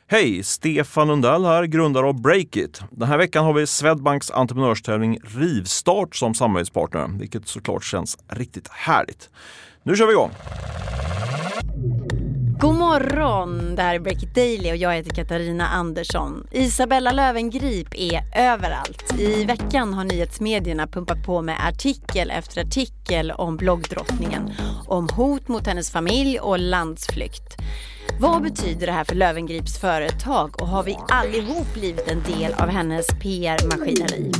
Hej, Stefan Lundell här, grundare av Breakit. Den här veckan har vi Swedbanks entreprenörstävling Rivstart som samarbetspartner, vilket såklart känns riktigt härligt. Nu kör vi igång! God morgon, det här är Breakit Daily och jag heter Katarina Andersson. Isabella Löwengrip är överallt. I veckan har nyhetsmedierna pumpat på med artikel efter artikel om bloggdrottningen, om hot mot hennes familj och landsflykt. Vad betyder det här för Lövengrips företag och har vi allihop blivit en del av hennes PR-maskineri?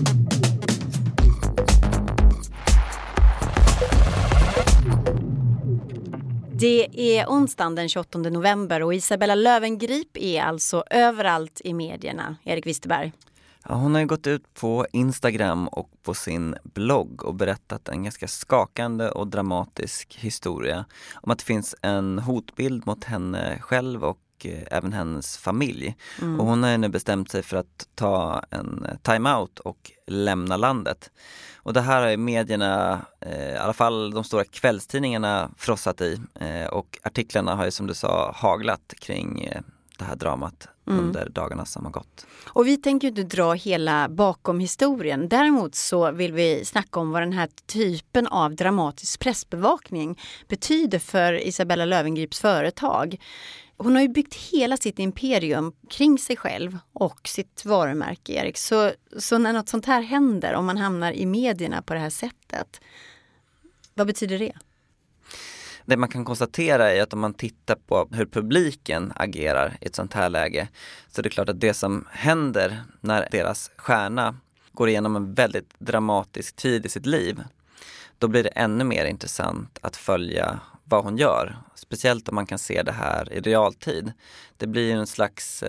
Det är onsdagen den 28 november och Isabella Löwengrip är alltså överallt i medierna. Erik Wisterberg. Ja, hon har ju gått ut på Instagram och på sin blogg och berättat en ganska skakande och dramatisk historia om att det finns en hotbild mot henne själv och även hennes familj. Och hon har nu bestämt sig för att ta en timeout och lämna landet. Och det här har medierna, i alla fall de stora kvällstidningarna, frossat i. Och artiklarna har ju som du sa haglat kring det här dramat under dagarna som har gått. Och vi tänker ju inte dra hela bakom historien. Däremot så vill vi snacka om vad den här typen av dramatisk pressbevakning betyder för Isabella Lövengrips företag. Hon har ju byggt hela sitt imperium kring sig själv och sitt varumärke, Erik. Så när något sånt här händer, om man hamnar i medierna på det här sättet, vad betyder det? Det man kan konstatera är att om man tittar på hur publiken agerar i ett sånt här läge, så är det klart att det som händer när deras stjärna går igenom en väldigt dramatisk tid i sitt liv, då blir det ännu mer intressant att följa vad hon gör. Speciellt om man kan se det här i realtid. Det blir en slags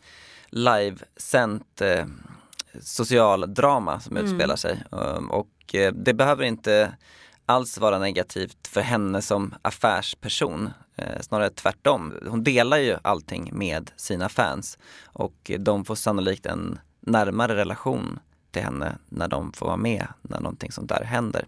live-sänt social drama som utspelar sig. Och det behöver inte alls vara negativt för henne som affärsperson. Snarare tvärtom. Hon delar ju allting med sina fans. Och de får sannolikt en närmare relation till henne när de får vara med när någonting sånt där händer.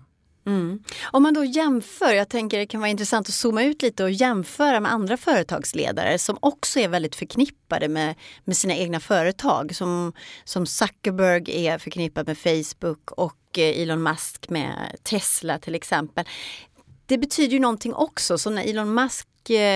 Om man då jämför, jag tänker det kan vara intressant att zooma ut lite och jämföra med andra företagsledare som också är väldigt förknippade med sina egna företag. Som Zuckerberg är förknippad med Facebook och Elon Musk med Tesla till exempel. Det betyder ju någonting också, så när Elon Musk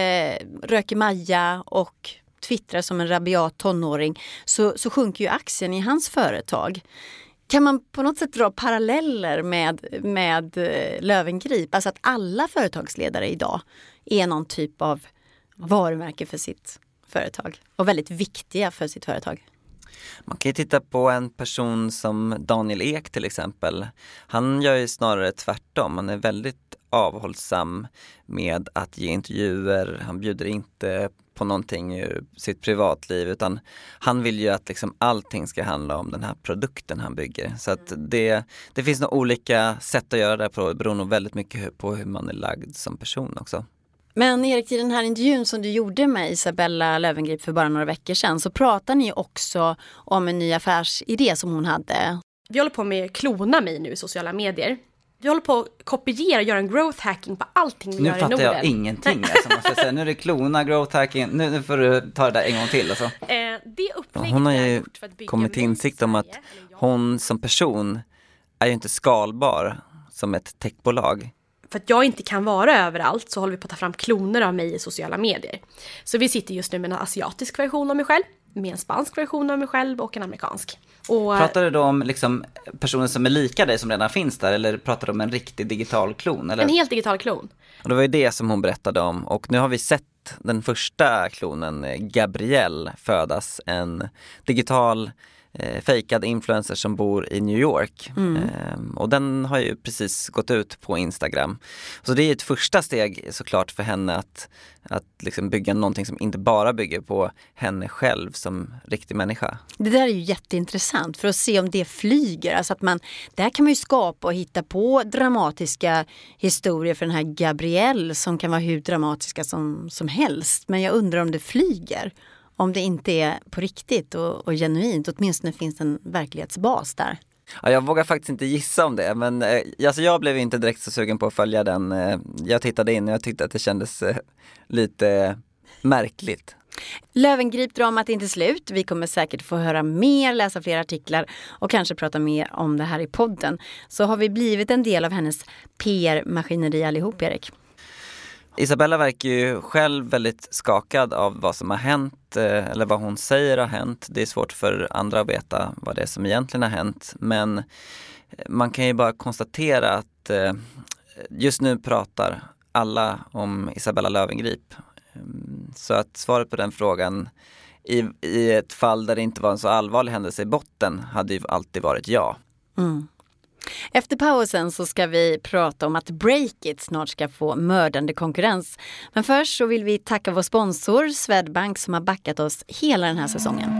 röker maja och twittrar som en rabiat tonåring så sjunker ju aktien i hans företag. Kan man på något sätt dra paralleller med Löwengrip? Alltså att alla företagsledare idag är någon typ av varumärke för sitt företag och väldigt viktiga för sitt företag. Man kan ju titta på en person som Daniel Ek till exempel. Han gör ju snarare tvärtom. Han är väldigt avhållsam med att ge intervjuer. Han bjuder inte på någonting i sitt privatliv, utan han vill ju att liksom allting ska handla om den här produkten han bygger. Så att det finns nog olika sätt att göra det på. Det beror nog väldigt mycket på hur man är lagd som person också. Men Erik, i den här intervjun som du gjorde med Isabella Löwengrip för bara några veckor sedan så pratar ni också om en ny affärsidé som hon hade. Vi håller på med klona mig nu i sociala medier. Vi håller på att kopiera och göra en growth hacking på allting vi gör i Norden. Nu fattar jag ingenting. Alltså, man ska säga. Nu är det klona, growth hacking. Nu får du ta det där en gång till. Alltså. Hon har ju kommit till insikt om att hon som person är ju inte skalbar som ett techbolag. För att jag inte kan vara överallt så håller vi på att ta fram kloner av mig i sociala medier. Så vi sitter just nu med en asiatisk version av mig själv, med en spansk version av mig själv och en amerikansk. Pratar du då om liksom personer som är lika dig som redan finns där, eller pratar du om en riktig digital klon? Eller? En helt digital klon. Och det var ju det som hon berättade om, och nu har vi sett den första klonen, Gabrielle, födas, en digital fejkad influencer som bor i New York. Och den har ju precis gått ut på Instagram. Så det är ett första steg såklart för henne att liksom bygga någonting som inte bara bygger på henne själv som riktig människa. Det där är ju jätteintressant för att se om det flyger. Alltså att där kan man ju skapa och hitta på dramatiska historier för den här Gabrielle som kan vara hur dramatiska som helst. Men jag undrar om det flyger. Om det inte är på riktigt och genuint, åtminstone finns en verklighetsbas där. Ja, jag vågar faktiskt inte gissa om det, men alltså jag blev inte direkt så sugen på att följa den. Jag tittade in och jag tyckte att det kändes lite märkligt. Löwengrip-dramat är inte slut. Vi kommer säkert få höra mer, läsa fler artiklar och kanske prata mer om det här i podden. Så har vi blivit en del av hennes PR-maskineri allihop, Erik. Isabella verkar ju själv väldigt skakad av vad som har hänt eller vad hon säger har hänt. Det är svårt för andra att veta vad det är som egentligen har hänt. Men man kan ju bara konstatera att just nu pratar alla om Isabella Löwengrip. Så att svaret på den frågan i ett fall där det inte var en så allvarlig händelse i botten hade ju alltid varit ja. Mm. Efter pausen så ska vi prata om att Breakit snart ska få mördande konkurrens. Men först så vill vi tacka vår sponsor Swedbank som har backat oss hela den här säsongen.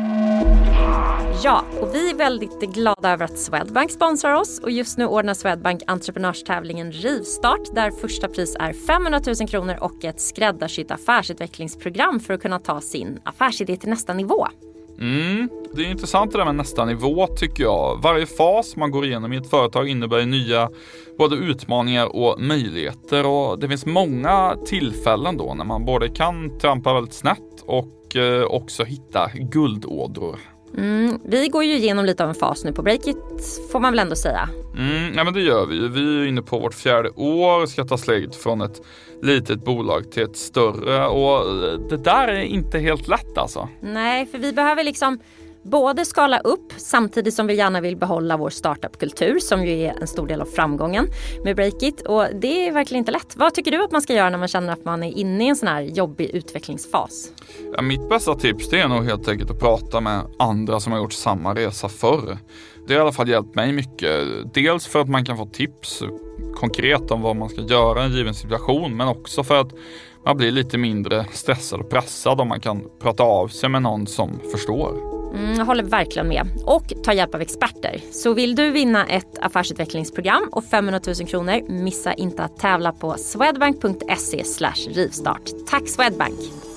Ja, och vi är väldigt glada över att Swedbank sponsrar oss och just nu ordnar Swedbank entreprenörstävlingen Rivstart där första pris är 500 000 kronor och ett skräddarsytt affärsutvecklingsprogram för att kunna ta sin affärsidé till nästa nivå. Det är intressant det där med nästa nivå tycker jag. Varje fas man går igenom i ett företag innebär nya både utmaningar och möjligheter och det finns många tillfällen då när man både kan trampa väldigt snett och också hitta guldådror. Vi går ju igenom lite av en fas nu på Breakit får man väl ändå säga. Ja men det gör vi. Vi är inne på vårt 4:e år, ska ta steget från ett litet bolag till ett större och det där är inte helt lätt alltså. Nej, för vi behöver liksom både skala upp samtidigt som vi gärna vill behålla vår startup-kultur som ju är en stor del av framgången med Breakit och det är verkligen inte lätt. Vad tycker du att man ska göra när man känner att man är inne i en sån här jobbig utvecklingsfas? Ja, mitt bästa tips det är nog helt enkelt att prata med andra som har gjort samma resa förr. Det har i alla fall hjälpt mig mycket. Dels för att man kan få tips konkret om vad man ska göra i en given situation men också för att man blir lite mindre stressad och pressad om man kan prata av sig med någon som förstår. Jag håller verkligen med. Och ta hjälp av experter. Så vill du vinna ett affärsutvecklingsprogram och 500 000 kronor, missa inte att tävla på swedbank.se/rivstart. Tack Swedbank!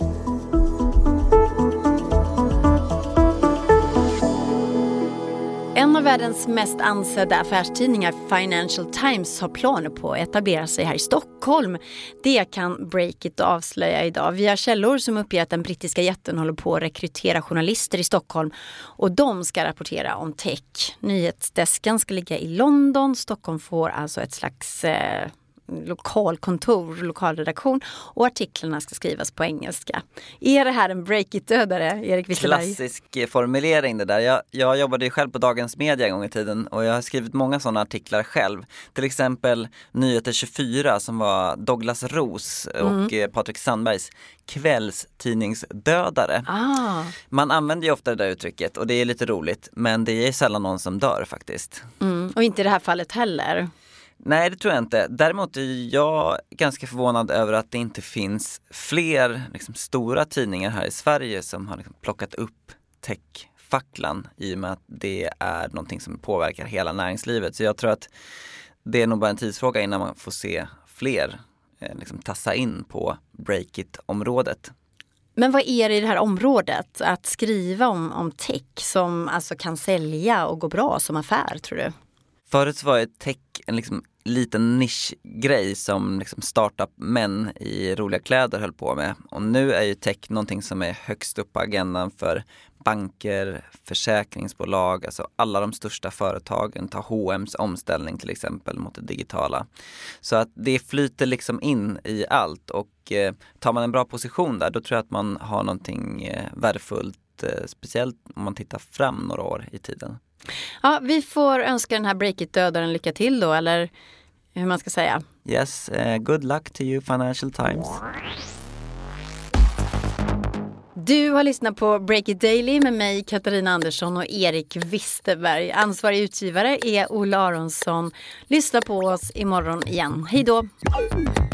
En av världens mest ansedda affärstidningar, Financial Times, har planer på att etablera sig här i Stockholm. Det kan Breakit avslöja idag. Vi har källor som uppger att den brittiska jätten håller på att rekrytera journalister i Stockholm och de ska rapportera om tech. Nyhetsdesken ska ligga i London. Stockholm får alltså ett slags lokalkontor, lokalredaktion och artiklarna ska skrivas på engelska. Är det här en Breakit-dödare, Erik Wisselberg? Klassisk formulering det där. Jag jobbade ju själv på Dagens Media en gång i tiden och jag har skrivit många sådana artiklar själv. Till exempel Nyheter 24 som var Douglas Ros och Patrik Sandbergs kvällstidningsdödare. Man använder ju ofta det där uttrycket och det är lite roligt men det är sällan någon som dör faktiskt. Och inte i det här fallet heller. Nej, det tror jag inte. Däremot är jag ganska förvånad över att det inte finns fler stora tidningar här i Sverige som har plockat upp techfacklan i och med att det är någonting som påverkar hela näringslivet. Så jag tror att det är nog bara en tidsfråga innan man får se fler tassa in på Breakit-området. Men vad är det i det här området att skriva om tech som alltså kan sälja och gå bra som affär, tror du? Förut så var ju tech en liten nischgrej som startup-män i roliga kläder höll på med. Och nu är ju tech någonting som är högst upp på agendan för banker, försäkringsbolag, alltså alla de största företagen. Ta H&M's omställning till exempel mot det digitala. Så att det flyter in i allt och tar man en bra position där då tror jag att man har någonting värdefullt, speciellt om man tittar fram några år i tiden. Ja, vi får önska den här Breakit-dödaren lycka till då, eller hur man ska säga. Yes, good luck to you Financial Times. Du har lyssnat på Breakit Daily med mig, Katarina Andersson och Erik Wisterberg. Ansvarig utgivare är Ola Aronsson. Lyssna på oss imorgon igen. Hej då!